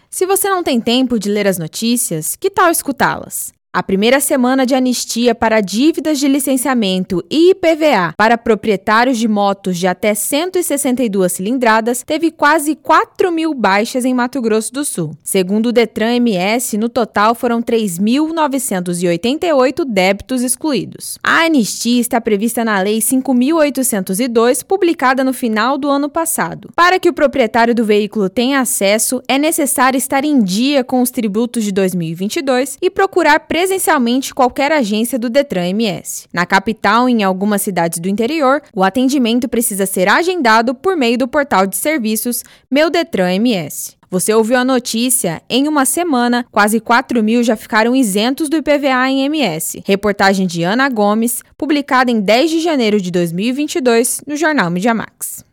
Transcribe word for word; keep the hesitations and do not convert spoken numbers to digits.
Se você não tem tempo de ler as notícias, que tal escutá-las? A primeira semana de anistia para dívidas de licenciamento e I P V A para proprietários de motos de até cento e sessenta e duas cilindradas teve quase quatro mil baixas em Mato Grosso do Sul. Segundo o Detran M S, no total foram três mil novecentos e oitenta e oito débitos excluídos. A anistia está prevista na Lei cinco mil oitocentos e dois, publicada no final do ano passado. Para que o proprietário do veículo tenha acesso, é necessário estar em dia com os tributos de dois mil e vinte e dois e procurar presencialmente qualquer agência do Detran M S. Na capital e em algumas cidades do interior, o atendimento precisa ser agendado por meio do portal de serviços Meu Detran M S. Você ouviu a notícia? Em uma semana, quase quatro mil já ficaram isentos do I P V A em M S. Reportagem de Ana Gomes, publicada em dez de janeiro de dois mil e vinte e dois no jornal Mídia Max.